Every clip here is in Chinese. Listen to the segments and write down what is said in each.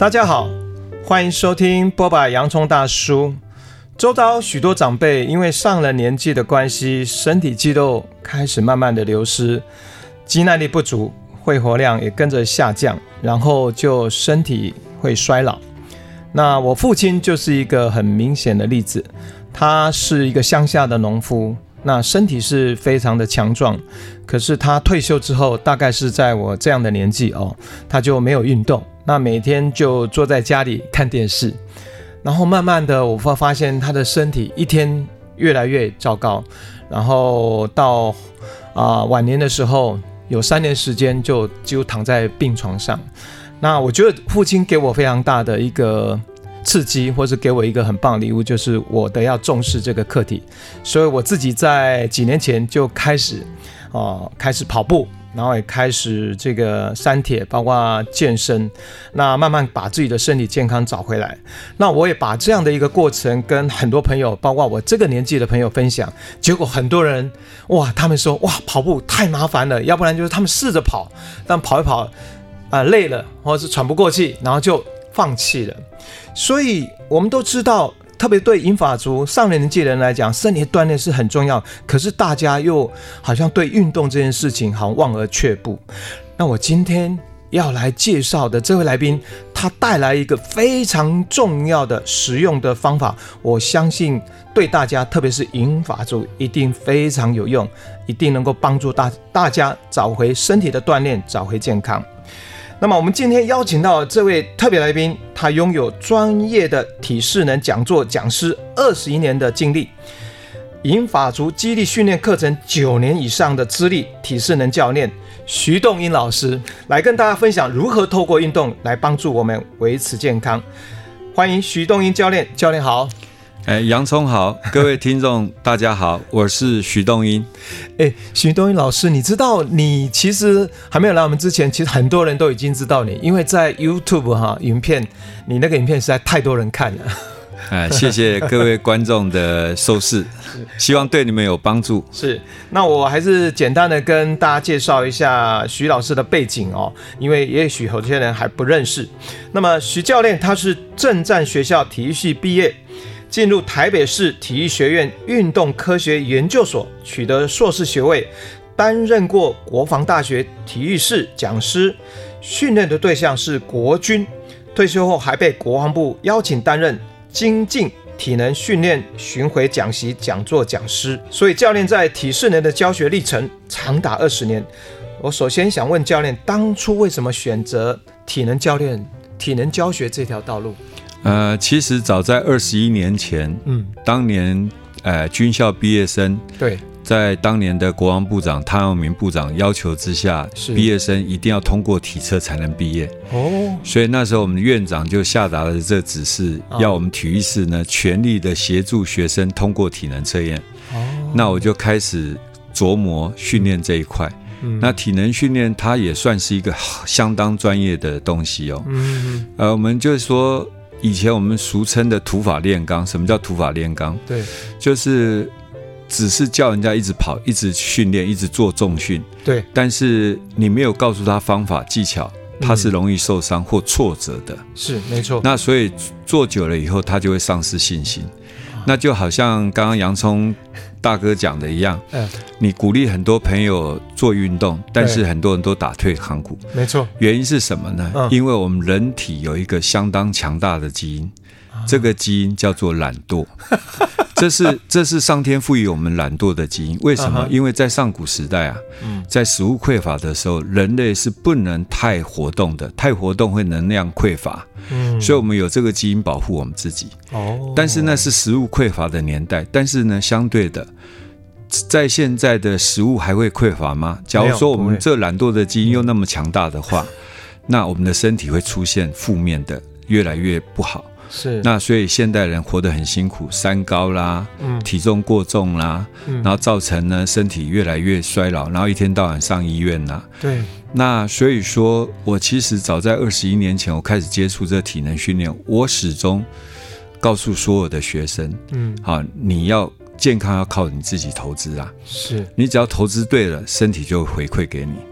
大家好，欢迎收听波霸洋葱大叔。周遭许多长辈因为上了年纪的关系，身体肌肉开始慢慢的流失，肌耐力不足，肺活量也跟着下降，然后就身体会衰老。那我父亲就是一个很明显的例子，他是一个乡下的农夫，那身体是非常的强壮，可是他退休之后，大概是在我这样的年纪他就没有运动，那每天就坐在家里看电视，然后慢慢的我会发现他的身体一天越来越糟糕，然后到晚年的时候有3年时间就几乎躺在病床上。那我觉得父亲给我非常大的一个刺激，或是给我一个很棒的礼物，就是我的要重视这个课题。所以我自己在几年前就开始跑步，然后也开始这个三铁，包括健身，那慢慢把自己的身体健康找回来。那我也把这样的一个过程跟很多朋友，包括我这个年纪的朋友分享，结果很多人他们说跑步太麻烦了，要不然就是他们试着跑，但跑一跑累了，或者是喘不过气，然后就放弃了。所以我们都知道，特别对银发族上了年纪的人来讲，身体锻炼是很重要，可是大家又好像对运动这件事情好像望而却步。那我今天要来介绍的这位来宾，他带来一个非常重要的实用的方法，我相信对大家，特别是银发族一定非常有用，一定能够帮助大家找回身体的锻炼，找回健康。那么我们今天邀请到这位特别来宾，他拥有专业的体适能讲座讲师21年的经历，银发族肌力训练课程9年以上的资历，体适能教练徐栋英老师，来跟大家分享如何透过运动来帮助我们维持健康。欢迎徐栋英教练，教练好。 洋葱好，各位听众大家好，我是徐栋英。 徐栋英老师，你知道你其实还没有来我们之前，其实很多人都已经知道你，因为在 YouTube 影片，你那个影片实在太多人看了。 谢谢各位观众的收视，希望对你们有帮助。 是，那我还是简单的跟大家介绍一下徐老师的背景因为也许有些人还不认识。那么徐教练他是政战学校体育系毕业，进入台北市体育学院运动科学研究所，取得硕士学位，担任过国防大学体育室讲师，训练的对象是国军。退休后还被国防部邀请担任精进体能训练巡回讲习讲座讲师，所以教练在体适能的教学历程长达20年。我首先想问教练，当初为什么选择体能教练、体能教学这条道路？ 其实早在21年前，当年军校毕业生， 对， 在当年的国防部长汤耀明部长要求之下，毕业生一定要通过体测才能毕业。所以那时候我们院长就下达了这指示，要我们体育室呢全力的协助学生通过体能测验。那我就开始琢磨训练这一块。那体能训练它也算是一个相当专业的东西我们就是说，以前我们俗称的土法炼钢。什么叫土法炼钢？对，就是只是叫人家一直跑，一直训练，一直做重训。对，但是你没有告诉他方法技巧，他是容易受伤或挫折的。是，没错。那所以做久了以后，他就会丧失信心。那就好像刚刚洋葱大哥讲的一样，你鼓励很多朋友做运动，但是很多人都打退堂鼓。没错。原因是什么呢？因为我们人体有一个相当强大的基因，这个基因叫做懒惰。这是上天赋予我们懒惰的基因。为什么？因为在上古时代在食物匮乏的时候，人类是不能太活动的，太活动会能量匮乏。所以我们有这个基因保护我们自己。但是那是食物匮乏的年代。但是呢，相对的，在现在的食物还会匮乏吗？假如说我们这懒惰的基因又那么强大的话，那我们的身体会出现负面的，越来越不好。是，那所以现代人活得很辛苦，三高啦，体重过重啦，然后造成呢身体越来越衰老，然后一天到晚上医院啦。对，那所以说我其实早在21年前我开始接触这体能训练，我始终告诉所有的学生，你要健康要靠你自己投资啊，是你只要投资对了，身体就会回馈给你。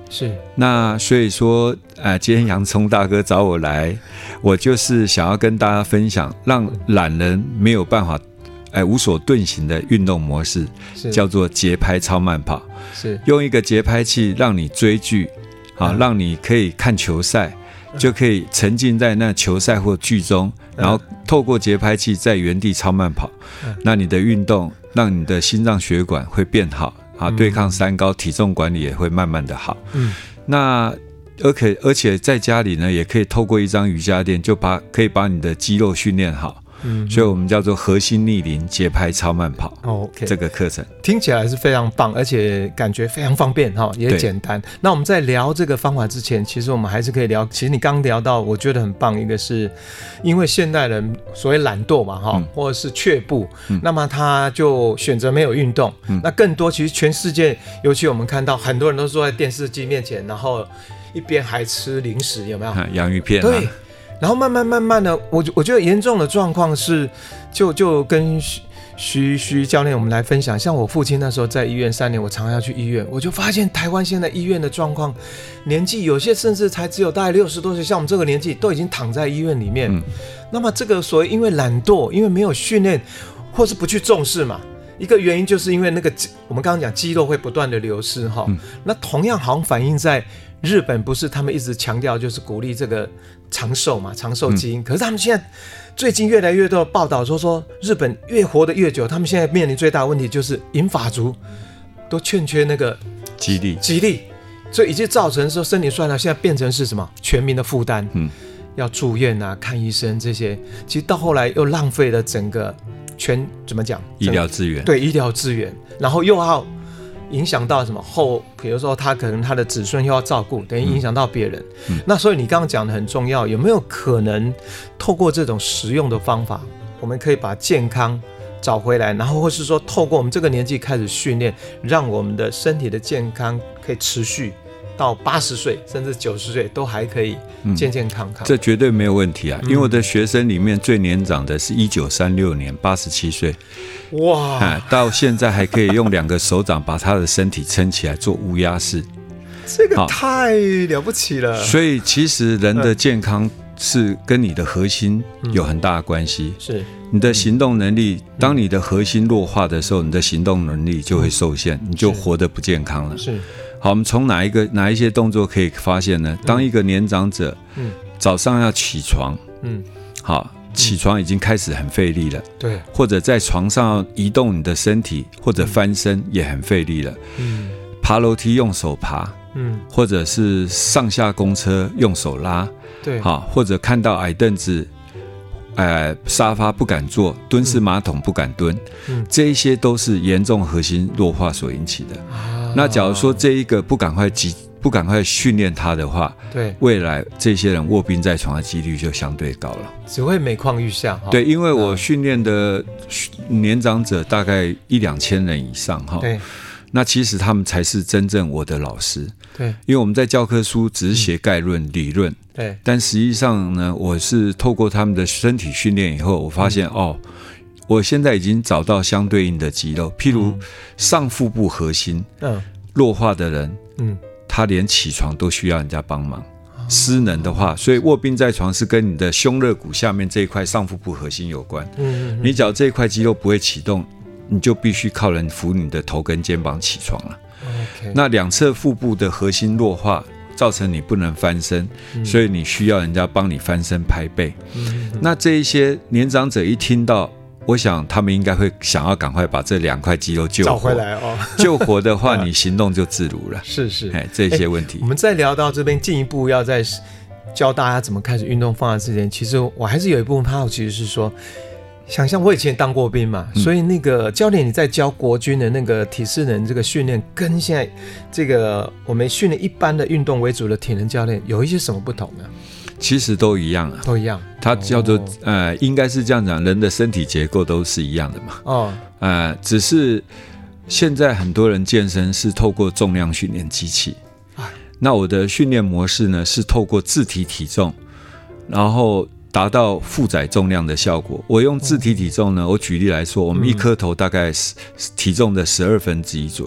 是。 那所以说，今天洋葱大哥找我来，我就是想要跟大家分享，让懒人没有办法无所遁形的运动模式，叫做节拍超慢跑。 是用一个节拍器让你追剧，让你可以看球赛，就可以沉浸在那球赛或剧中，然后透过节拍器在原地超慢跑。那你的运动让你的心脏血管会变好，对抗三高，体重管理也会慢慢的好。那而且在家里呢，也可以透过一张瑜伽垫，可以把你的肌肉训练好。所以我们叫做核心逆龄节拍超慢跑。 OK， 这个课程听起来是非常棒，而且感觉非常方便也简单。那我们在聊这个方法之前，其实我们还是可以聊，其实你刚聊到我觉得很棒，一个是因为现代人所谓懒惰嘛或者是却步，那么他就选择没有运动。那更多其实全世界，尤其我们看到很多人都坐在电视机面前，然后一边还吃零食，有没有？ 洋芋片。 对。然后慢慢的，我觉得严重的状况是，就跟徐教练我们来分享。像我父亲那时候在医院3年，我常常要去医院，我就发现台湾现在医院的状况，年纪有些甚至才只有大概60多岁，像我们这个年纪都已经躺在医院里面。那么这个所谓因为懒惰，因为没有训练，或是不去重视嘛。一个原因就是因为那个我们刚刚讲肌肉会不断的流失那同样好像反映在日本，不是他们一直强调就是鼓励这个长寿嘛，长寿基因。可是他们现在最近越来越多的报道说日本越活得越久，他们现在面临最大的问题就是银发族都欠缺那个肌力，所以已经造成说身体衰老，现在变成是什么全民的负担。要住院看医生这些，其实到后来又浪费了整个怎么讲医疗资源， 对医疗资源，然后又要影响到什么比如说他可能他的子孙又要照顾，等于影响到别人。那所以你刚刚讲的很重要，有没有可能透过这种实用的方法，我们可以把健康找回来，然后或是说透过我们这个年纪开始训练，让我们的身体的健康可以持续到80岁甚至90岁都还可以健健康康。 这绝对没有问题因为我的学生里面最年长的是1936年87岁，哇，到现在还可以用2个手掌把他的身体撑起来做乌鸦式， 这个太了不起了。 所以其实人的健康是跟你的核心有很大的关系。 是你的行动能力，当你的核心弱化的时候，你的行动能力就会受限，你就活得不健康了。 是。 好，我们从哪一些动作可以发现呢？当一个年长者早上要起床，好，起床已经开始很费力了， 对， 或者在床上移动你的身体，或者翻身也很费力了，爬楼梯用手爬，或者是上下公车用手拉， 对， 好，或者看到矮凳子沙发不敢坐，蹲式马桶不敢蹲，这一些都是严重核心弱化所引起的。那假如说这一个不赶快训练他的话， 对， 未来这些人卧病在床的几率就相对高了， 只会每况愈下。 对，因为我训练的年长者大概1-2千人以上对， 那其实他们才是真正我的老师。 对， 因为我们在教科书只是写概论、理论， 对， 但实际上呢，我是透过他们的身体训练以后，我发现我现在已经找到相对应的肌肉，譬如上腹部核心弱化的人，他连起床都需要人家帮忙。失能的话，所以卧病在床是跟你的胸肋骨下面这一块上腹部核心有关。你只要这一块肌肉不会启动，你就必须靠人扶你的头跟肩膀起床了。那两侧腹部的核心弱化，造成你不能翻身，所以你需要人家帮你翻身拍背。那这一些年长者一听到，我想他们应该会想要赶快把这2块肌肉救活， 找回来救活的话，你行动就自如了。 是这些问题。 我们再聊到这边，进一步要再教大家怎么开始运动方法之前，其实我还是有一部分好奇是说，想象我以前当过兵嘛，所以那个教练你在教国军的那个体适能这个训练，跟现在这个我们训练一般的运动为主的体能教练有一些什么不同呢？ 其实都一样都一样。 它叫做应该是这样讲，人的身体结构都是一样的嘛。只是现在很多人健身是透过重量训练机器，那我的训练模式呢是透过自体体重，然后达到负载重量的效果。我用自体体重呢，我举例来说，我们一颗头大概体重的1/12左右。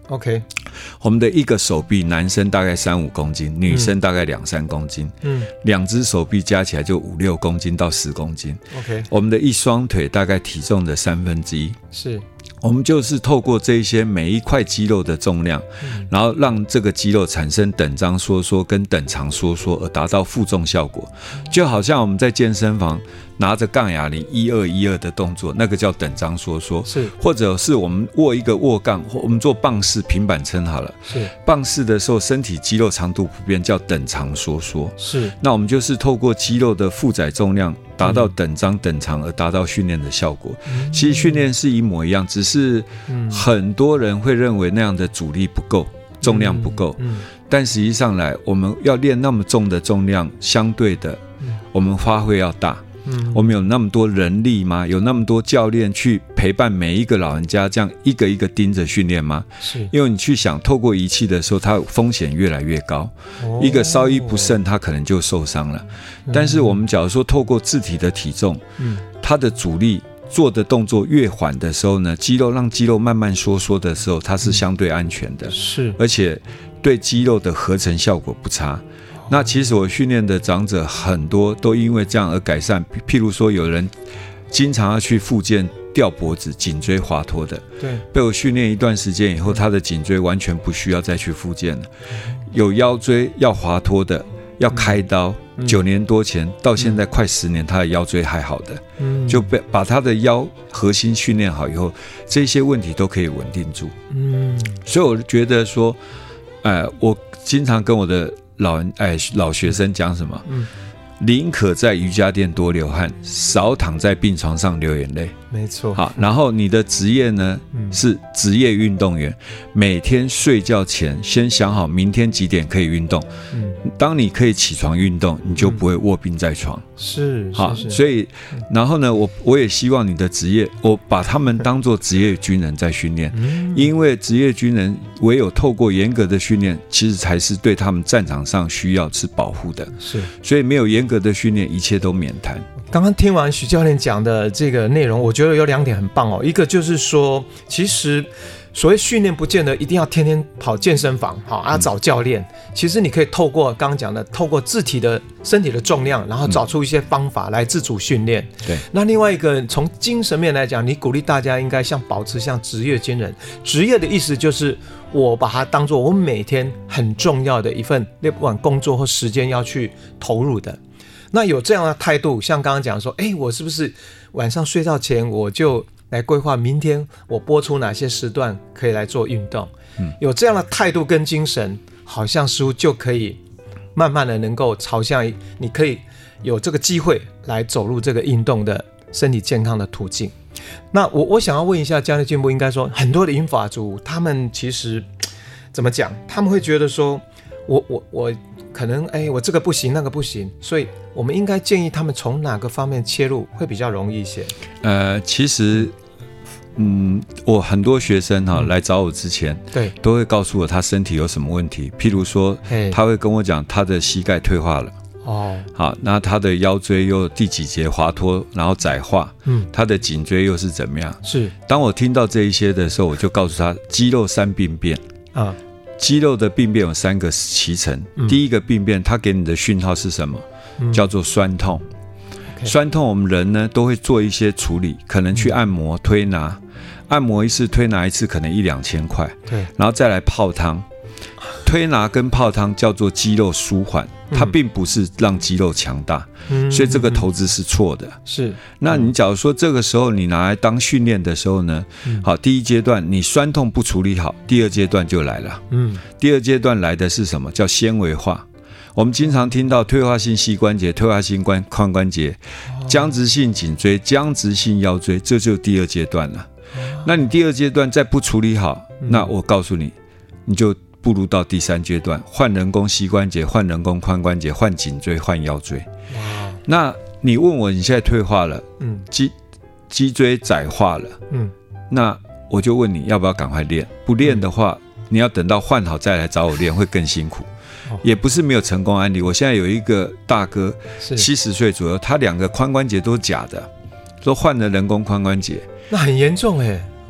OK， 我们的一个手臂，男生大概3-5公斤，女生大概2-3公斤。2只手臂加起来就5-6公斤到10公斤。 OK， 我们的一双腿大概体重的1/3。 是。 我们就是透过这些每一块肌肉的重量，然后让这个肌肉产生等张收缩跟等长收缩，而达到负重效果。就好像我们在健身房拿着杠哑铃1212的动作，那个叫等张缩缩。 是， 或者是我们握一个握杠，我们做棒式平板撑好了。 是， 棒式的时候身体肌肉长度不变，叫等长收缩。 是， 那我们就是透过肌肉的负载重量达到等张等长，而达到训练的效果。其实训练是一模一样，只是很多人会认为那样的阻力不够，重量不够。但实际上来，我们要练那么重的重量，相对的，我们发挥要大。我们有那么多人力吗？有那么多教练去陪伴每一个老人家，这样一个一个盯着训练吗？是，因为你去想，透过仪器的时候，它风险越来越高。一个稍一不慎，它可能就受伤了。但是我们假如说透过自体的体重，它的阻力做的动作越缓的时候呢，让肌肉慢慢收缩的时候，它是相对安全的。是，而且对肌肉的合成效果不差。那其实我训练的长者很多都因为这样而改善，譬如说有人经常要去复健吊脖子、颈椎滑脱的，对，被我训练一段时间以后，他的颈椎完全不需要再去复健了。有腰椎要滑脱的，要开刀，9年多前到现在快10年，他的腰椎还好的，就把他的腰核心训练好以后，这些问题都可以稳定住。所以我觉得说，我经常跟我的老学生讲什么？宁可在瑜伽垫多流汗，少躺在病床上流眼泪。 没错。 好，然后你的职业呢，是职业运动员，每天睡觉前先想好明天几点可以运动。当你可以起床运动，你就不会卧病在床。是，好，所以，然后呢，我也希望你的职业，我把他们当作职业军人在训练，因为职业军人唯有透过严格的训练，其实才是对他们战场上需要是保护的。是，所以没有严格的训练，一切都免谈。 刚刚听完许教练讲的这个内容，我觉得有2点很棒哦。一个就是说，其实所谓训练不见得一定要天天跑健身房，找教练。其实你可以透过刚刚讲的，透过自体的身体的重量，然后找出一些方法来自主训练。对。那另外一个从精神面来讲，你鼓励大家应该保持像职业军人。职业的意思就是我把它当作我每天很重要的一份，不管工作或时间要去投入的。那有这样的态度，像刚刚讲说，我是不是晚上睡觉前我就来规划明天我播出哪些时段可以来做运动？有这样的态度跟精神，好像似乎就可以慢慢的能够朝向你可以有这个机会来走入这个运动的身体健康的途径。那我想要问一下教练进步，应该说很多的银发族，他们其实怎么讲？他们会觉得说，我可能我这个不行那个不行，所以我们应该建议他们从哪个方面切入会比较容易一些？ 其实我很多学生来找我之前，对，都会告诉我他身体有什么问题。譬如说，他会跟我讲他的膝盖退化了。好，那他的腰椎又第几节滑脱，然后窄化，他的颈椎又是怎么样？是。当我听到这一些的时候，我就告诉他，肌肉3病变啊。肌肉的病变有3个期程。第一个病变，它给你的讯号是什么？叫做酸痛。酸痛，我们人呢都会做一些处理，可能去按摩、推拿，按摩一次、推拿一次可能1-2千块，对，然后再来泡汤。推拿跟泡汤叫做肌肉舒缓，它并不是让肌肉强大，所以这个投资是错的。是，那你假如说这个时候你拿来当训练的时候呢，好，第一阶段你酸痛不处理好，第2阶段就来了。第2阶段来的是什么？叫纤维化。我们经常听到退化性膝关节、退化性髋关节、僵直性颈椎、僵直性腰椎，这就是第2阶段了。那你第2阶段再不处理好，那我告诉你，你就步入到第3阶段，换人工膝关节，换人工髋关节，换颈椎，换腰椎。那你问我你现在退化了，脊椎窄化了，那我就问你要不要赶快练？不练的话，你要等到换好再来找我练，会更辛苦。也不是没有成功案例，我现在有一个大哥70岁左右，他2个髋关节都是假的，都换了人工髋关节。 那很严重耶。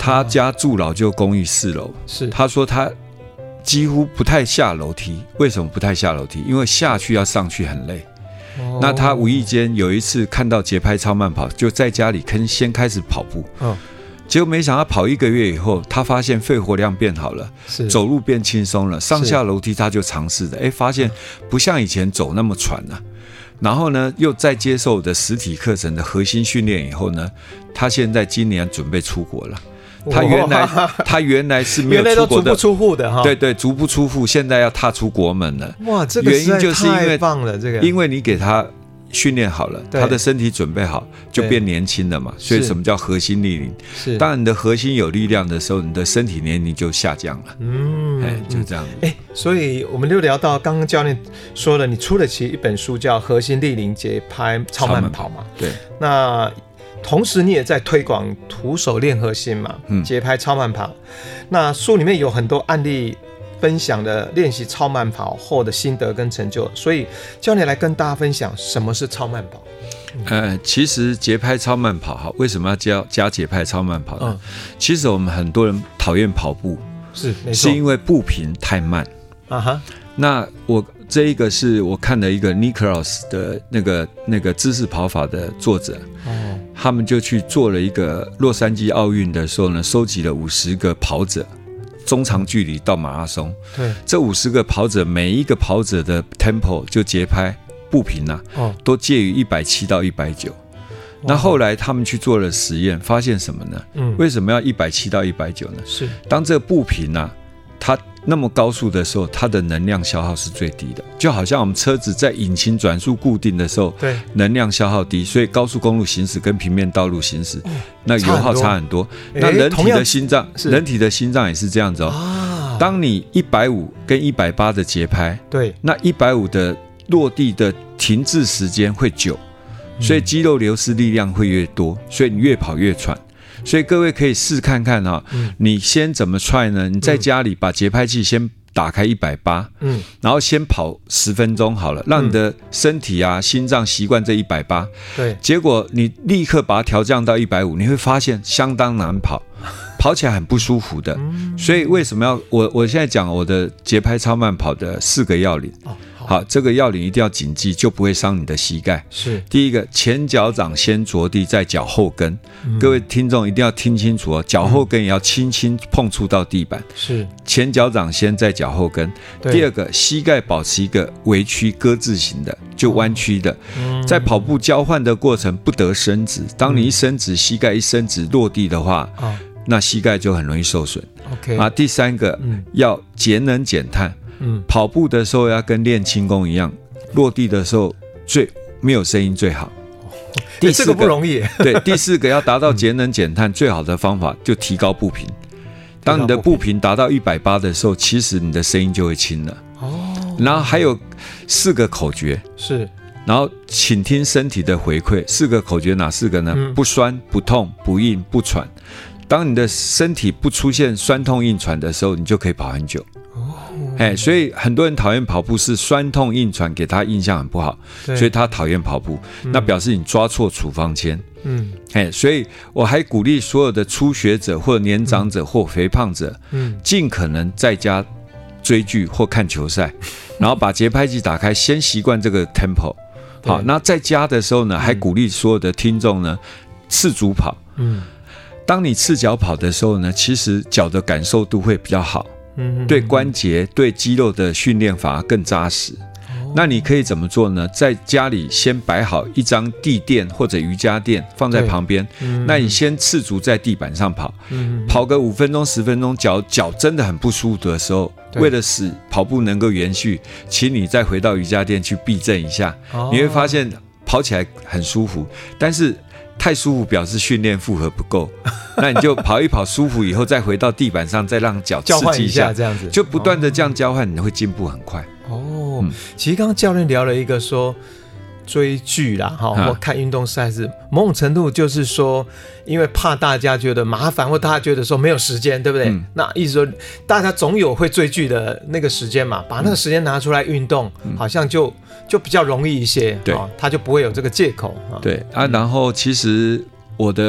他家住老旧公寓4楼， 是他说他几乎不太下楼梯。为什么不太下楼梯？因为下去要上去很累。那他无意间有一次看到节拍超慢跑，就在家里先开始跑步。结果没想到跑1个月以后，他发现肺活量变好了，走路变轻松了，上下楼梯他就尝试的，发现不像以前走那么喘了。然后呢，又再接受的实体课程的核心训练以后呢，他现在今年准备出国了。他原来是没有出国的， 原来都足不出户的哈。 对，足不出户，现在要踏出国门了。 哇，这个实在太棒了，这个因为你给他训练好了，他的身体准备好，就变年轻了嘛。所以什么叫核心力量？是当你的核心有力量的时候，你的身体年龄就下降了。就这样。 所以我们就聊到刚刚教练说了，你出了其实一本书叫《核心力量节拍超慢跑》嘛。 对。 那同时你也在推广徒手练核心嘛，节拍超慢跑。那书里面有很多案例分享的练习超慢跑后的心得跟成就，所以教练来跟大家分享什么是超慢跑。 其实节拍超慢跑为什么要加节拍超慢跑呢？其实我们很多人讨厌跑步，是因为步频太慢。那这一个是我看了一个 Nicklaus 的那个姿势跑法的作者，他们就去做了一个洛杉矶奥运的时候呢，收集了50个跑者，中长距离到马拉松。对，这50个跑者，每一个跑者的 tempo 就节拍步频都介于170到190。那后来他们去做了实验，发现什么呢？为什么要170到190呢？是当这个步频它那么高速的时候，它的能量消耗是最低的，就好像我们车子在引擎转速固定的时候，对，能量消耗低，所以高速公路行驶跟平面道路行驶，那油耗差很多。那人体的心脏也是这样子当你150跟180的节拍，对，那150的落地的停滞时间会久，所以肌肉流失力量会越多，所以你越跑越喘。所以各位可以试看看你先怎么 try 呢？你在家里把节拍器先打开180，然后先跑10分钟好了，让你的身体心脏习惯这180。对，结果你立刻把它调降到150，你会发现相当难跑，跑起来很不舒服的。所以为什么要我现在讲我的节拍超慢跑的4个要领？好，这个要领一定要谨记，就不会伤你的膝盖。是第一个，前脚掌先着地，再脚后跟。各位听众一定要听清楚脚后跟也要轻轻碰触到地板。是前脚掌先，再脚后跟。第二个，膝盖保持一个微曲鸽字形的，就弯曲的。在跑步交换的过程不得伸直，当你一伸直，膝盖一伸直落地的话，那膝盖就很容易受损。第三个，要节能减碳。跑步的时候要跟练轻功一样，落地的时候没有声音最好。 这个不容易。 对，第4个要达到节能减碳，最好的方法就提高步频。当你的步频达到180的时候，其实你的声音就会轻了。然后还有4个口诀，是，然后请听身体的回馈。4个口诀哪4个呢？不酸、不痛、不硬、不喘。当你的身体不出现酸痛硬喘的时候，你就可以跑很久。所以很多人讨厌跑步是酸痛硬喘给他印象很不好，所以他讨厌跑步，那表示你抓错处方签。所以我还鼓励所有的初学者或年长者或肥胖者，尽可能在家追剧或看球赛，然后把节拍器打开，先习惯这个 tempo。好，那在家的时候呢，还鼓励所有的听众呢赤足跑。当你赤脚跑的时候呢，其实脚的感受度会比较好。对关节、对肌肉的训练反而更扎实。那你可以怎么做呢？在家里先摆好一张地垫或者瑜伽垫放在旁边，那你先赤足在地板上跑，跑个5分钟、10分钟，脚真的很不舒服的时候，为了使跑步能够延续，请你再回到瑜伽垫去避震一下，你会发现跑起来很舒服。但是太舒服表示训练负荷不够，那你就跑一跑舒服以后再回到地板上，再让脚刺激一下，这样子就不断的这样交换，你会进步很快。 其实刚刚教练聊了一个说追剧啦，或看运动赛事，某种程度就是说，因为怕大家觉得麻烦，或大家觉得说没有时间，对不对？那意思说，大家总有会追剧的那个时间嘛，把那个时间拿出来运动，好像就比较容易一些，对，他就不会有这个借口。 对然后其实我的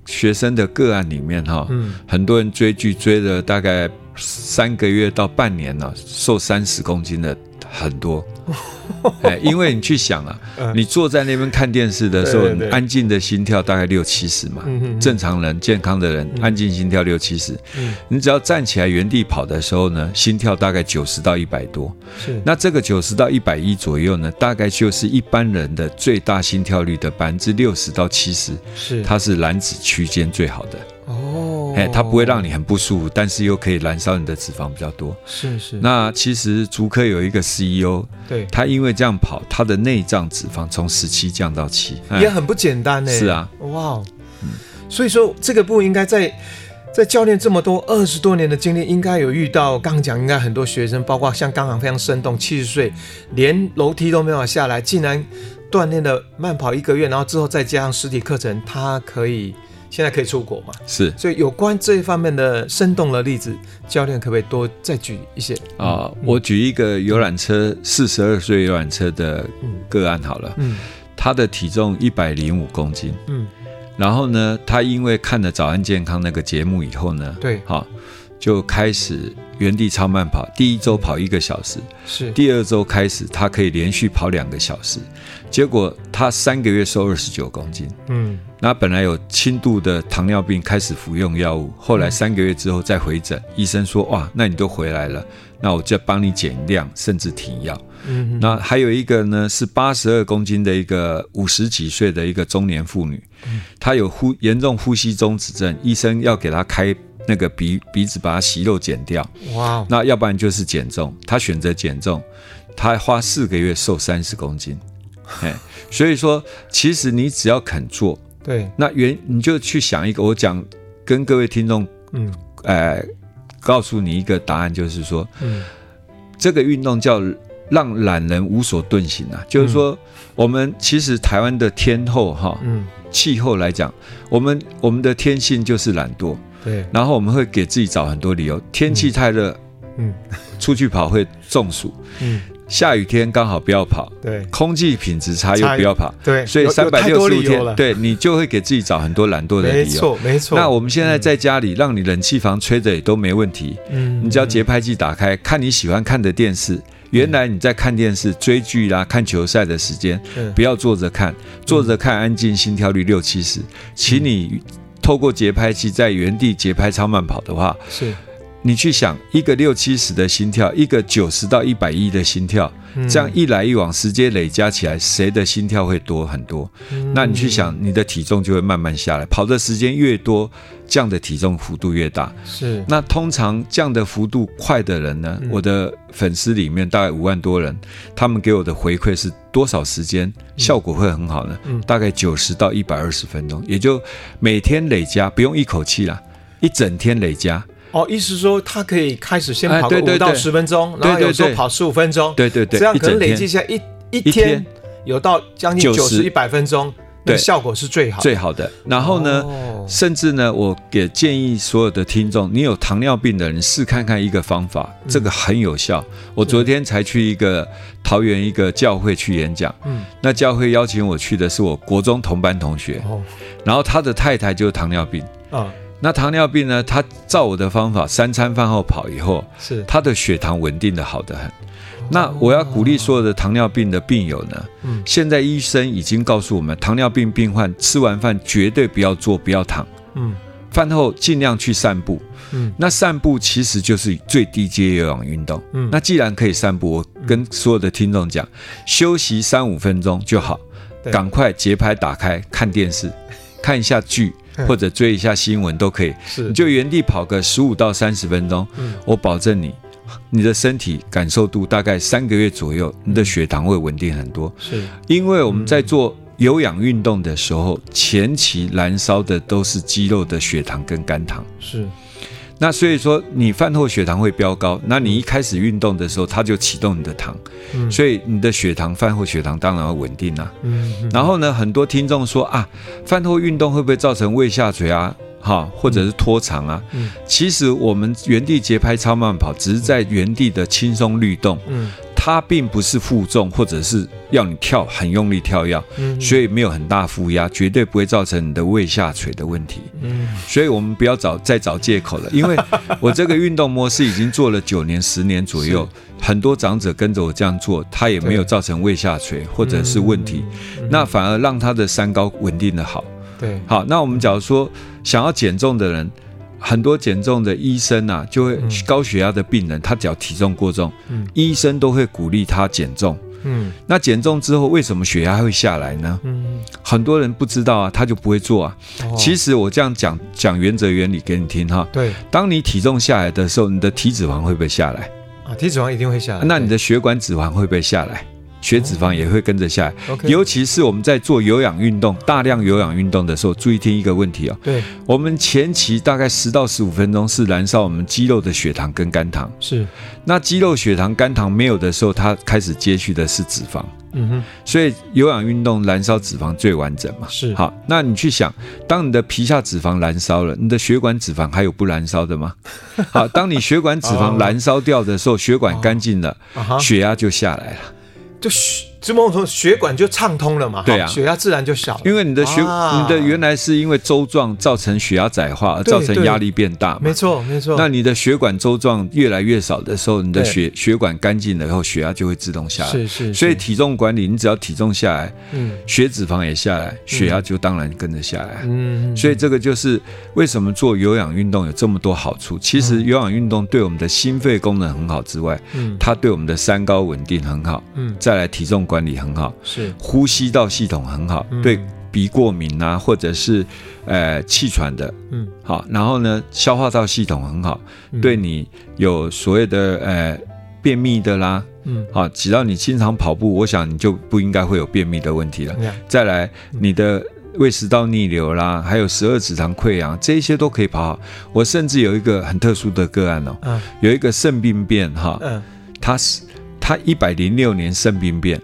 学生的个案里面很多人追剧追了大概3个月到半年了，瘦30公斤的很多。因为你去想啊，你坐在那边看电视的时候，对对对，安静的心跳大概60-70嘛，正常人健康的人安静心跳60-70，你只要站起来原地跑的时候呢，心跳大概90到100多，那这个90到110左右呢，大概就是一般人的最大心跳率的60%到70%，它是燃脂区间最好的。它不会让你很不舒服，但是又可以燃烧你的脂肪比较多。是。那其实竹科有一个 CEO， 对，他因为这样跑，他的内脏脂肪从17降到7， 也很不简单呢。 是啊， 哇，所以说这个部应该在教练这么多20多年的经历，应该有遇到，刚刚讲应该很多学生，包括像刚刚非常生动，70岁连楼梯都没办法下来，竟然锻炼了慢跑1个月，然后之后再加上实体课程，他现在可以出国嘛？是，所以有关这一方面的生动的例子，教练可不可以多再举一些我举一个游览车42岁游览车的个案好了，他的体重105公斤，然后呢，他因为看了早安健康那个节目以后呢，对，就开始原地超慢跑，第1周跑1个小时，是，第2周开始他可以连续跑2个小时，结果他3个月瘦29公斤，那本来有轻度的糖尿病，开始服用药物，后来3个月之后再回诊，医生说哇，那你都回来了，那我就帮你减量，甚至停药。那还有一个呢，是82公斤的一个50几岁的一个中年妇女，她有严重呼吸中止症，医生要给她开那个鼻子把它息肉减掉，哇，那要不然就是减重，她选择减重，她花4个月瘦30公斤，所以说其实你只要肯做，对，那你就去想一个，我讲跟各位听众，告诉你一个答案，就是说，这个运动叫让懒人无所遁形啊，就是说，我们其实台湾的天候气候来讲，我们的天性就是懒惰，对，然后我们会给自己找很多理由，天气太热，出去跑会中暑，下雨天刚好不要跑，对，空气品质差又不要跑，对，所以365天，对，你就会给自己找很多懒惰的理由，没错。那我们现在在家里，让你冷气房吹着也都没问题，你只要节拍器打开，看你喜欢看的电视。原来你在看电视、追剧啦、看球赛的时间，不要坐着看，坐着看安静，心跳率60-70，请你透过节拍器在原地节拍超慢跑的话，是。你去想一个60-70的心跳，一个90到110的心跳，这样一来一往，时间累加起来，谁的心跳会多很多？那你去想，你的体重就会慢慢下来。跑的时间越多，降的体重幅度越大。是。那通常降的幅度快的人呢？我的粉丝里面大概5万多人，他们给我的回馈是多少时间效果会很好呢？大概90到120分钟，也就每天累加，不用一口气啦，一整天累加。意思说他可以开始先跑个5到10分钟，然后有时候跑15分钟，对，这样可能累积下一天有到将近90-100分钟，那效果是最好的。然后呢，甚至呢，我给建议所有的听众，你有糖尿病的人试看看一个方法，这个很有效。我昨天才去一个桃园一个教会去演讲，那教会邀请我去的是我国中同班同学，然后他的太太就是糖尿病，那糖尿病呢？他照我的方法，3餐饭后跑以后，是他的血糖稳定的好得很。那我要鼓励所有的糖尿病的病友呢，现在医生已经告诉我们，糖尿病病患吃完饭绝对不要坐，不要躺，饭后尽量去散步。那散步其实就是最低阶有氧运动。那既然可以散步，我跟所有的听众讲，休息3-5分钟就好，赶快节拍打开，看电视，看一下剧。或者追一下新闻都可以，你就原地跑个15到30分钟，我保证你的身体感受度大概3个月左右，你的血糖会稳定很多。是，因为我们在做有氧运动的时候，前期燃烧的都是肌肉的血糖跟肝糖。是。那所以说你饭后血糖会飙高，那你一开始运动的时候它就启动你的糖，所以你的饭后血糖当然会稳定啊。然后呢，很多听众说啊，饭后运动会不会造成胃下垂啊，或者是拖长啊？其实我们原地节拍超慢跑只是在原地的轻松律动， 它并不是负重或者是要你跳很用力跳跃，所以没有很大负压，绝对不会造成你的胃下垂的问题。所以我们不要再找借口了，因为我这个运动模式已经做了9年10年左右，很多长者跟着我这样做，他也没有造成胃下垂或者是问题，那反而让他的三高稳定的好。 对， 好，那我们假如说想要减重的人，很多减重的医生啊，就会高血压的病人，他只要体重过重，医生都会鼓励他减重。那减重之后为什么血压会下来呢？很多人不知道啊，他就不会做啊。其实我这样讲原则原理给你听哈。对，当你体重下来的时候，你的体脂肪会不会下来？ 体脂肪一定会下来。 那你的血管脂肪会不会下来？血脂肪也会跟着下来。尤其是我们在做有氧运动、大量有氧运动的时候，注意听一个问题哦。对，我们前期大概10到15分钟是燃烧我们肌肉的血糖跟肝糖。是，那肌肉血糖、肝糖没有的时候，它开始接续的是脂肪。所以有氧运动燃烧脂肪最完整嘛。是，好，那你去想，当你的皮下脂肪燃烧了，你的血管脂肪还有不燃烧的吗？好，当你血管脂肪燃烧掉的时候，血管干净了，血压就下来了。 就某种血管就畅通了嘛，对啊，血压自然就小了。 因为你的原来是因为粥状造成血压窄化而造成压力变大嘛， 没错没错。 那你的血管粥状越来越少的时候，你的血管干净了以后，血压就会自动下来。是。所以体重管理，你只要体重下来，血脂肪也下来，血压就当然跟着下来。所以这个就是为什么做有氧运动有这么多好处。其实有氧运动对我们的心肺功能很好之外，它对我们的三高稳定很好。再来体重管理很好，是呼吸道系统很好，对鼻过敏啊，或者是气喘的，好，然后呢，消化道系统很好，对你有所谓的便秘的啦，好，只要你经常跑步，我想你就不应该会有便秘的问题了。再来，你的胃食道逆流啦，还有12指肠溃疡，这些都可以跑好。我甚至有一个很特殊的个案哦，有一个肾病变哈，他106年肾病变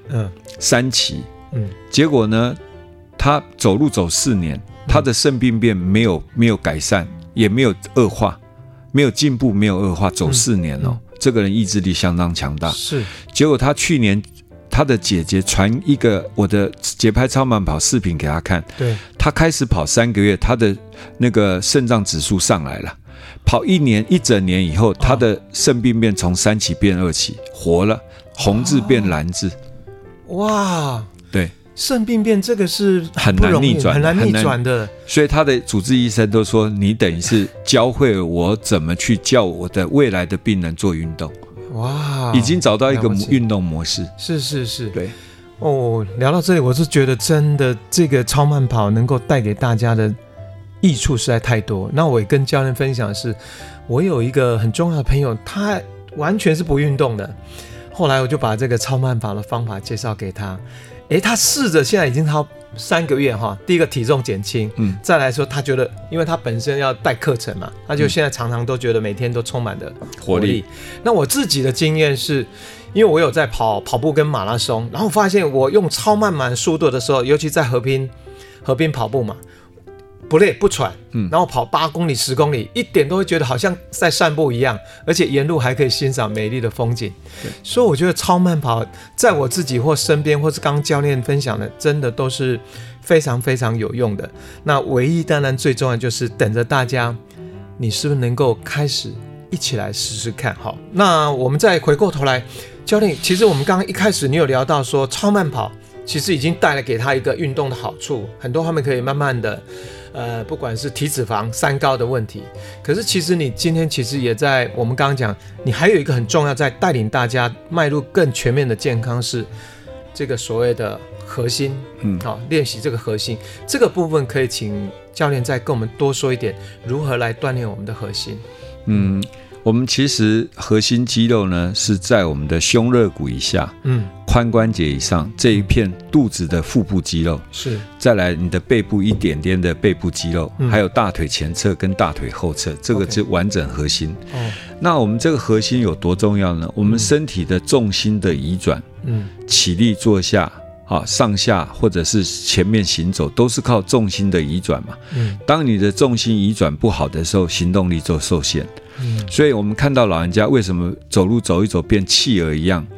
，3期，结果呢，他走路走4年，他的肾病变没有改善，也没有恶化，没有进步，没有恶化，走4年哦，这个人意志力相当强大。是，结果他去年他的姐姐传一个我的节拍超慢跑视频给他看，对，他开始跑3个月，他的那个肾脏指数上来了。跑一整年以后，他的肾病变从3期变2期，活了，红字变蓝字。哇，对， 肾病变这个是很难逆转， 很难逆转的。 所以他的主治医生都说，你等于是教会我怎么去教我的未来的病人做运动。哇，已经找到一个运动模式。是，对。 哦，聊到这里，我是觉得真的这个超慢跑能够带给大家的益处实在太多。那我也跟教练分享的是，我有一个很重要的朋友，他完全是不运动的，后来我就把这个超慢跑的方法介绍给他。他试着现在已经超3个月哈，第一个体重减轻，再来说他觉得，因为他本身要带课程嘛，他就现在常常都觉得每天都充满了活力。那我自己的经验是，因为我有在跑步跟马拉松，然后发现我用超慢速度的时候，尤其在河滨跑步嘛，不累不喘，然后跑8公里10公里，一点都会觉得好像在散步一样，而且沿路还可以欣赏美丽的风景。所以我觉得超慢跑在我自己或身边或是刚教练分享的，真的都是非常非常有用的。那唯一当然最重要就是等着大家，你是不是能够开始一起来试试看。好，那我们再回过头来，教练，其实我们刚刚一开始你有聊到说超慢跑其实已经带来给他一个运动的好处，很多他们可以慢慢的不管是体脂肪、三高的问题。可是其实你今天其实也在我们刚刚讲，你还有一个很重要，在带领大家迈入更全面的健康，是这个所谓的核心，练习这个核心这个部分，可以请教练再跟我们多说一点，如何来锻炼我们的核心。 我们其实核心肌肉呢是在我们的胸肋骨以下，髋关节以上这一片肚子的腹部肌肉，是再来你的背部一点点的背部肌肉，还有大腿前侧跟大腿后侧，这个是完整核心。那我们这个核心有多重要呢？我们身体的重心的移转，起立坐下，上下或者是前面行走，都是靠重心的移转嘛。当你的重心移转不好的时候，行动力就受限。所以我们看到老人家为什么走路走一走变企鹅一样，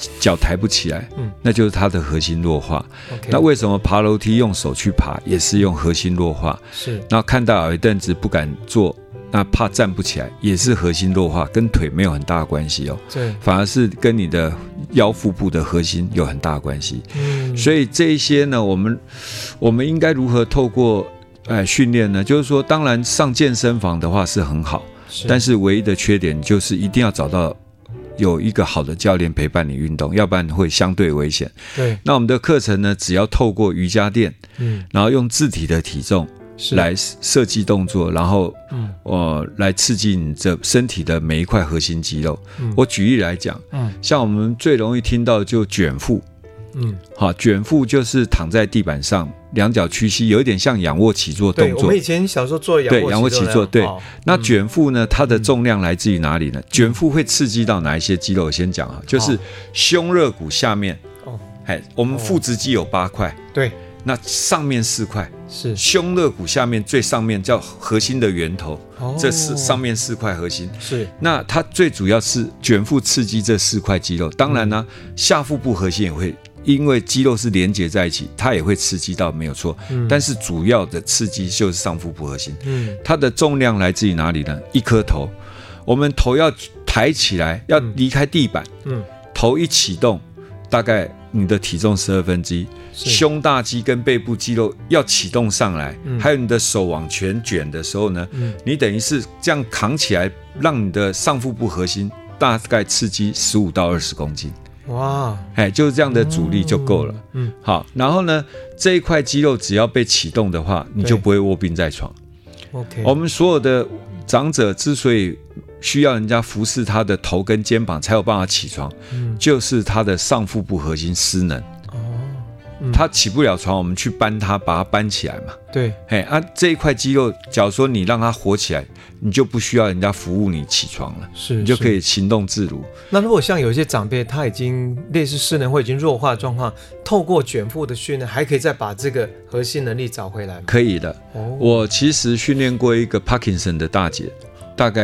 脚抬不起来，那就是他的核心弱化。 Okay. 那为什么爬楼梯用手去爬，也是用核心弱化？ 是。 那看到矮凳子不敢坐，那怕站不起来，也是核心弱化，跟腿没有很大的关系哦。 对， 反而是跟你的腰腹部的核心有很大的关系。所以这一些呢，我们应该如何透过训练呢？就是说，当然上健身房的话是很好，但是唯一的缺点就是一定要找到有一个好的教练陪伴你运动，要不然会相对危险。 对， 那我们的课程呢，只要透过瑜伽垫，然后用自体的体重来设计动作，然后来刺激你这身体的每一块核心肌肉。我举例来讲，像我们最容易听到就卷腹。好，卷腹就是躺在地板上，两脚屈膝，有一点像仰卧起坐动作。 对，我们以前小时候做仰卧起坐，对。那卷腹呢，它的重量来自于哪里呢？卷腹会刺激到哪一些肌肉？我先讲啊，就是胸肋骨下面。我们腹直肌有8块， 对。 那上面4块是胸肋骨下面最上面叫核心的源头，这是上面4块核心。 是， 那它最主要是卷腹刺激这4块肌肉。当然呢，下腹部核心也会，因为肌肉是连接在一起，它也会刺激到，没有错。但是主要的刺激就是上腹部核心。它的重量来自于哪里呢？一颗头，我们头要抬起来，要离开地板，头一启动，大概你的体重1/12，胸大肌跟背部肌肉要启动上来，还有你的手往前卷的时候呢，你等于是这样扛起来，让你的上腹部核心大概刺激15到20公斤。 哇， 就是这样的阻力就够了。好，然后呢，这一块肌肉只要被启动的话，你就不会卧病在床。 OK， 我们所有的长者之所以需要人家服侍他的头跟肩膀才有办法起床，就是他的上腹部核心失能。他起不了床，我们去搬他，把他搬起来嘛。 对， 这一块肌肉，假如说你让他活起来，你就不需要人家服务你起床了，你就可以行动自如。 那如果像有一些长辈，他已经类似失能或已经弱化的状况，透过卷腹的训练，还可以再把这个核心能力找回来吗？ 可以的。我其实训练过一个 Parkinson 的大姐，大概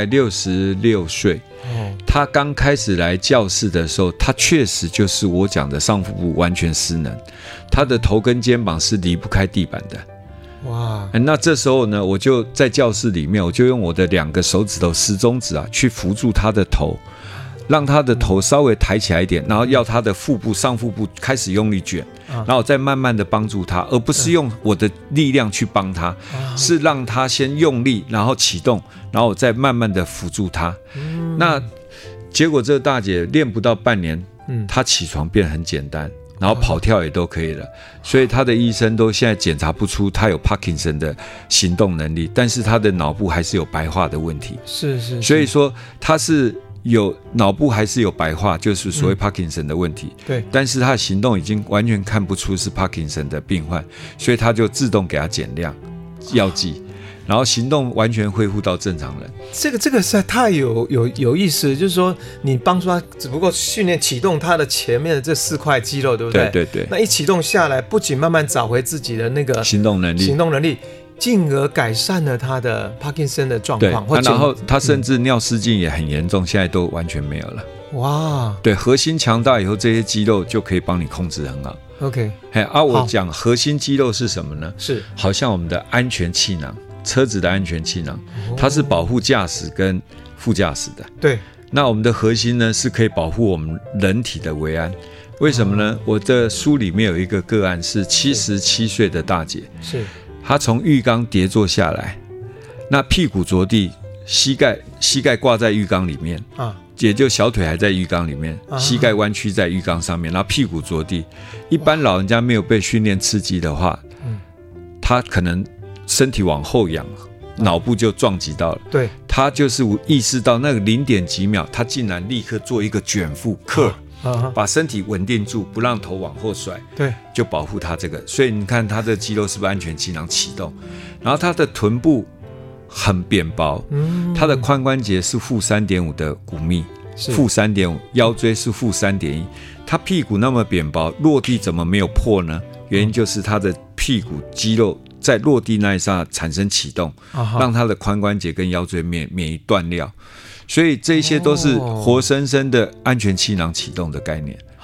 66岁。他刚开始来教室的时候，他确实就是我讲的上腹部完全失能，他的头跟肩膀是离不开地板的。 哇！ 那这时候呢，我就在教室里面，我就用我的2个手指头食中指去扶住他的头，让他的头稍微抬起来一点，然后要他的腹部上腹部开始用力卷，然后再慢慢的帮助他，而不是用我的力量去帮他，是让他先用力，然后启动，然后我再慢慢的辅助他。那结果这个大姐练不到半年，她起床变得很简单，然后跑跳也都可以了，所以她的医生都现在检查不出她有 Parkinson 的行动能力，但是她的脑部还是有白化的问题。 是， 所以说她是有脑部还是有白化，就是所谓 Parkinson 的问题。 对， 但是她的行动已经完全看不出是 Parkinson 的病患，所以她就自动给她减量药剂。然后行动完全恢复到正常人。 这个实在太有意思了，就是说你帮助他，只不过训练启动他的前面的这4块肌肉，对不对？ 对。 那一启动下来，不仅慢慢找回自己的那个行动能力， 进而改善了他的 Parkinson 的状况。 然后他甚至尿失禁也很严重，现在都完全没有了。 哇！ 对，核心强大以后，这些肌肉就可以帮你控制很好。 OK， 我讲核心肌肉是什么呢？ 是好像我们的安全气囊。车子的安全气囊，它是保护驾驶跟副驾驶的。 对， 那我们的核心呢，是可以保护我们人体的维安。为什么呢？我的书里面有一个个案是77岁的大姐， 是她从浴缸跌坐下来，那屁股着地，膝盖挂在浴缸里面也就小腿还在浴缸里面，膝盖弯曲在浴缸上面，然后屁股着地。一般老人家没有被训练刺激的话，他可能身体往后仰，脑部就撞击到了。 对， 他就是意识到那个0点几秒，他竟然立刻做一个卷腹把身体稳定住，不让头往后甩。 对， 就保护他这个。所以你看他的肌肉是不是安全气囊启动？然后他的臀部很扁薄，他的髋关节是-3.5的骨密，-3.5，腰椎是-3.1。他屁股那么扁薄，落地怎么没有破呢？原因就是他的屁股肌肉在落地那一刹产生启动，让他的髋关节跟腰椎免于断掉。所以这些都是活生生的安全气囊启动的概念。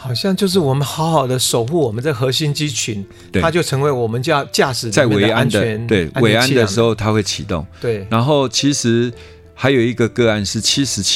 好像就是我们好好的守护我们这核心肌群，它就成为我们驾驶在尾安尾安的时候它会启动。 对， 然后其实还有一个个案是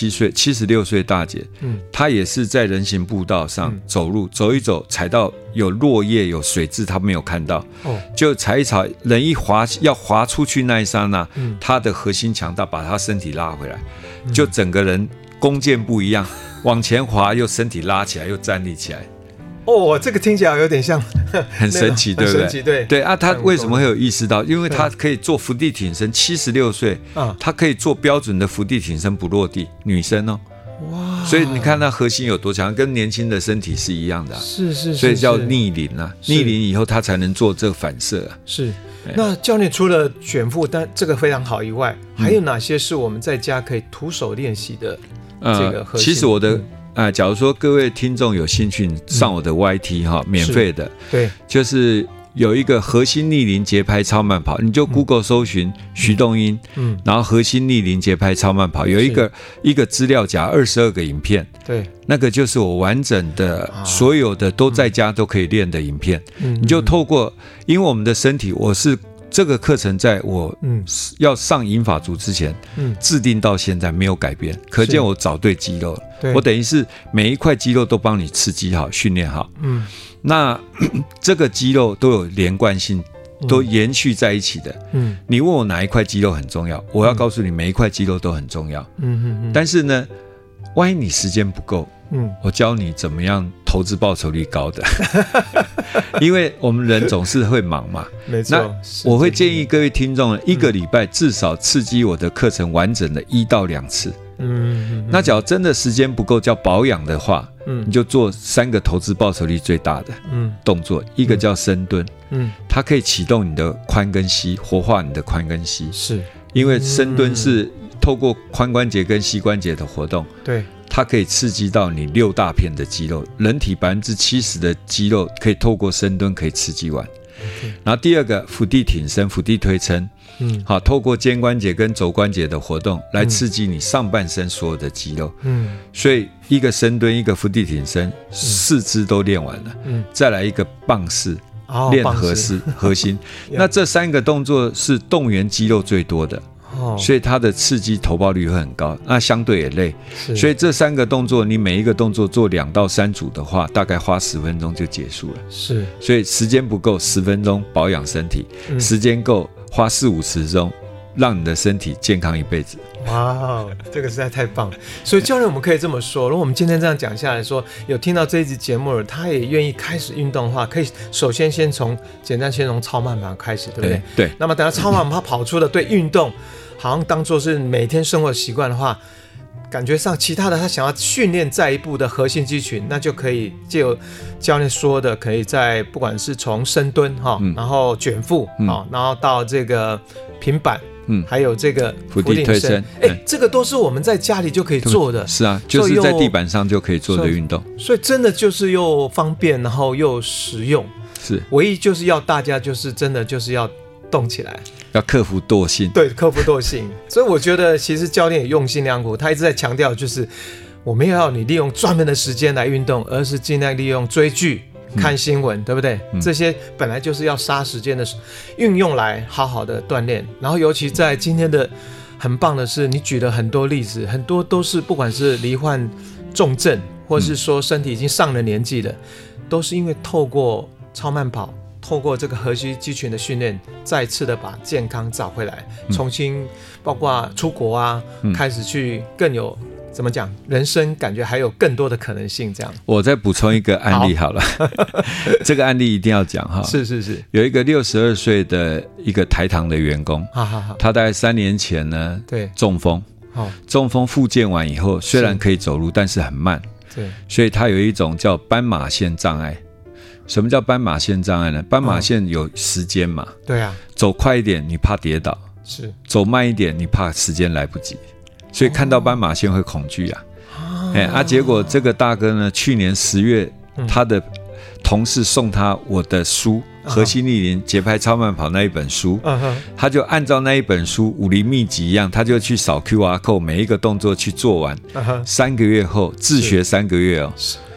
76岁大姐，她也是在人行步道上走路，走一走踩到有落叶有水渍，她没有看到，就踩一踩，人一要滑出去那一刹那，她的核心强大把她身体拉回来，就整个人弓箭步一样往前滑，又身体拉起来，又站立起来。 这个听起来有点像很神奇，对不对？ 很神奇，对啊，他为什么会有意识到？因为他可以做伏地挺身，76岁，他可以做标准的伏地挺身不落地，女生哦。哇！所以你看他核心有多强，跟年轻的身体是一样的， 是， 所以叫逆龄啊，逆龄以后他才能做这个反射啊。 是。那教练除了卷腹，但这个非常好以外，还有哪些是我们在家可以徒手练习的？这个核心？ 其实我的。假如说各位听众有兴趣上我的 YT 免费的， 对， 就是有一个核心逆龄节拍超慢跑，你就 Google 搜寻徐东英，然后核心逆龄节拍超慢跑，有一个资料夹22个影片， 对， 那个就是我完整的所有的都在家都可以练的影片，你就透过，因为我们的身体，我是。这个课程在我要上银法族之前制定到现在没有改变，可见我找对肌肉了。我等于是每一块肌肉都帮你刺激好、训练好。那这个肌肉都有连贯性，都延续在一起的。你问我哪一块肌肉很重要，我要告诉你每一块肌肉都很重要。但是呢，万一你时间不够，我教你怎么样投资报酬率高的。因为我们人总是会忙嘛， 没错。 那我会建议各位听众一个礼拜至少刺激我的课程完整的1到2次。那假如真的时间不够叫保养的话，你就做3个投资报酬率最大的动作，一个叫深蹲，它可以启动你的髋跟膝，活化你的髋跟膝， 是因为深蹲是透过髋关节跟膝关节的活动， 对。 它可以刺激到你6大片的肌肉，人体70%的肌肉可以透过深蹲可以刺激完。然后第二个伏地挺身、伏地推撑，好，透过肩关节跟肘关节的活动来刺激你上半身所有的肌肉。所以一个深蹲，一个伏地挺身，4肢都练完了。再来一个棒式，练核心。那这3个动作是动员肌肉最多的。所以它的刺激投报率会很高，那相对也累，所以这3个动作你每一个动作做2到3组的话，大概花10分钟就结束了。 是， 所以时间不够10分钟保养身体，时间够花40-50分钟让你的身体健康一辈子。 哇，这个实在太棒了！所以教练，我们可以这么说，如果我们今天这样讲下来说，有听到这一集节目了，他也愿意开始运动的话，可以首先先从超慢跑开始，对不对？ 对。 那么等到超慢跑跑出了对运动好像当作是每天生活习惯的话，感觉上其他的他想要训练再一步的核心肌群，那就可以借由教练说的，可以在不管是从深蹲然后卷腹然后到这个平板。还有这个伏地推身， 这个都是我们在家里就可以做的。 是啊，就是在地板上就可以做的运动。 所以真的就是又方便，然后又实用。 是， 唯一就是要大家就是真的就是要动起来， 要克服惰性。 对，克服惰性。所以我觉得其实教练也用心良苦，他一直在强调，就是我没有要你利用专门的时间来运动，而是尽量利用追剧。看新闻，对不对？这些本来就是要杀时间的运用来好好的锻炼。然后尤其在今天的很棒的是，你举了很多例子，很多都是不管是罹患重症，或是说身体已经上了年纪的，都是因为透过超慢跑，透过这个核心肌群的训练，再次的把健康找回来，重新包括出国啊，开始去更有。怎么讲？人生感觉还有更多的可能性。这样，我再补充一个案例好了。这个案例一定要讲哈。 是， 有一个62岁的一个台糖的员工，他大概3年前呢，对，中风，中风复健完以后，虽然可以走路，但是很慢，对，所以他有一种叫斑马线障碍。什么叫斑马线障碍呢？斑马线有时间嘛？对啊，走快一点你怕跌倒，是；走慢一点你怕时间来不及。所以看到斑马线会恐惧啊，结果这个大哥呢，去年10月，他的同事送他我的书《核心逆龄节拍超慢跑》那一本书，他就按照那一本书武林秘籍一样，他就去扫 QR code， 每一个动作去做完，3个月后自学3个月哦，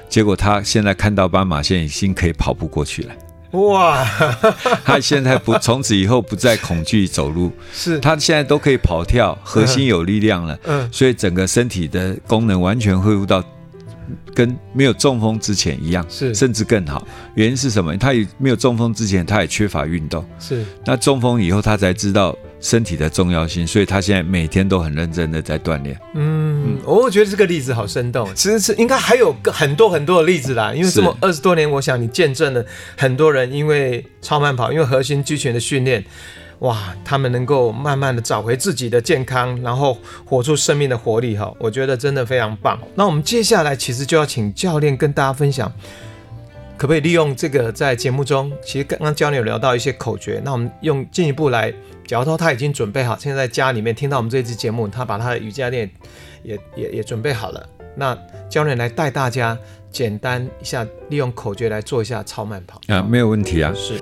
结果他现在看到斑马线已经可以跑步过去了。 哇！ 他现在从此以后不再恐惧走路， 是他现在都可以跑跳，核心有力量了，所以整个身体的功能完全恢复到跟没有中风之前一样， 是甚至更好。原因是什么？他也没有中风之前，他也缺乏运动， 是那中风以后，他才知道身体的重要性，所以他现在每天都很认真的在锻炼。 我觉得这个例子好生动，其实是应该还有很多很多的例子啦，因为这么20多年，我想你见证了很多人因为超慢跑，因为核心肌群的训练，哇，他们能够慢慢的找回自己的健康，然后活出生命的活力哈，我觉得真的非常棒。那我们接下来其实就要请教练跟大家分享，可不可以利用这个在节目中，其实刚刚教练有聊到一些口诀，那我们用进一步来，假如说他已经准备好，现在在家里面听到我们这一期节目，他把他的瑜伽垫也准备好了，那教练来带大家简单一下，利用口诀来做一下超慢跑没有问题啊。 是。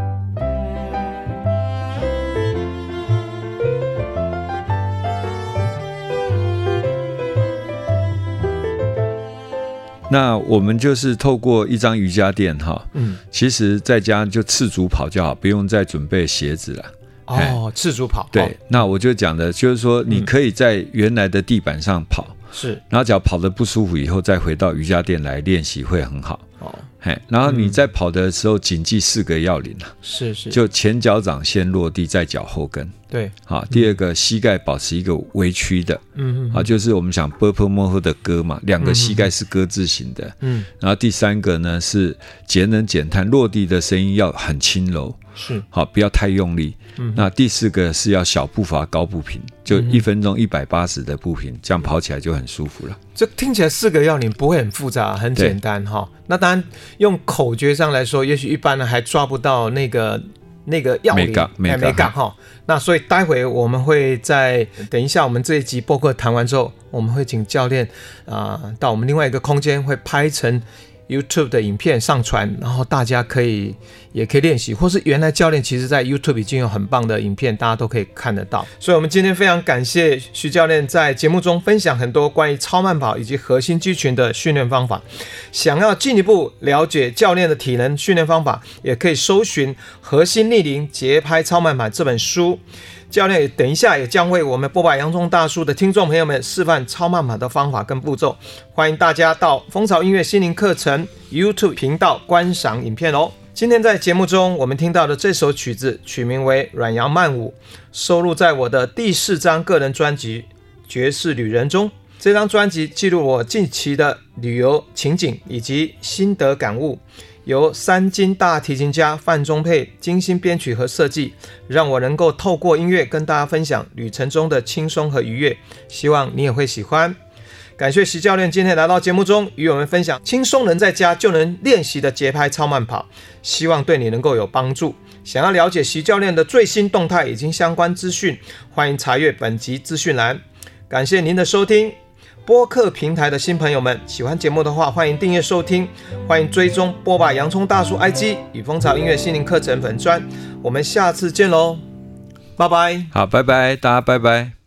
那我们就是透过一张瑜伽垫哈，其实在家就赤足跑就好，不用再准备鞋子了。 赤足跑。 对，那我就讲的就是说，你可以在原来的地板上跑， 是， 然后只要跑得不舒服以后，再回到瑜伽垫来练习会很好。然后你在跑的时候谨记4个要领啊， 是， 就前脚掌先落地，再脚后跟。 对， 好，第二个膝盖保持一个微曲的，好，就是我们想波波摸摸的歌嘛，2个膝盖是歌字形的，然后第3个呢是节能减碳，落地的声音要很轻柔， 是， 好，不要太用力。那第4个是要小步伐高步频，就1分钟180的步频，这样跑起来就很舒服了。 这听起来4个要领不会很复杂，很简单哈。那当然用口诀上来说，也许一般人还抓不到那个要领没感哈。那所以待会我们会等一下我们这一集播客谈完之后，我们会请教练到我们另外一个空间，会拍成 YouTube 的影片上传，然后大家也可以练习，或是原来教练其实在 YouTube 已经有很棒的影片，大家都可以看得到。所以我们今天非常感谢徐教练在节目中分享很多关于超慢跑以及核心肌群的训练方法。想要进一步了解教练的体能训练方法，也可以搜寻《核心逆龄节拍超慢跑》这本书。教练等一下也将为我们波霸洋葱大叔的听众朋友们示范超慢跑的方法跟步骤，欢迎大家到风潮音乐心灵课程 YouTube 频道观赏影片哦。今天在节目中我们听到的这首曲子取名为《软洋慢舞》，收录在我的第4张个人专辑《爵士旅人》中。这张专辑记录我近期的旅游情景以及心得感悟，由3金大提琴家范中佩精心编曲和设计，让我能够透过音乐跟大家分享旅程中的轻松和愉悦，希望你也会喜欢。感谢徐教练今天来到节目中与我们分享轻松能在家就能练习的节拍超慢跑，希望对你能够有帮助。想要了解徐教练的最新动态以及相关资讯，欢迎查阅本集资讯栏。感谢您的收听。播客平台的新朋友们，喜欢节目的话，欢迎订阅收听，欢迎追踪波霸洋葱大叔 IG 与风潮音乐心灵课程粉专。我们下次见喽，拜拜。 好，拜拜，大家拜拜。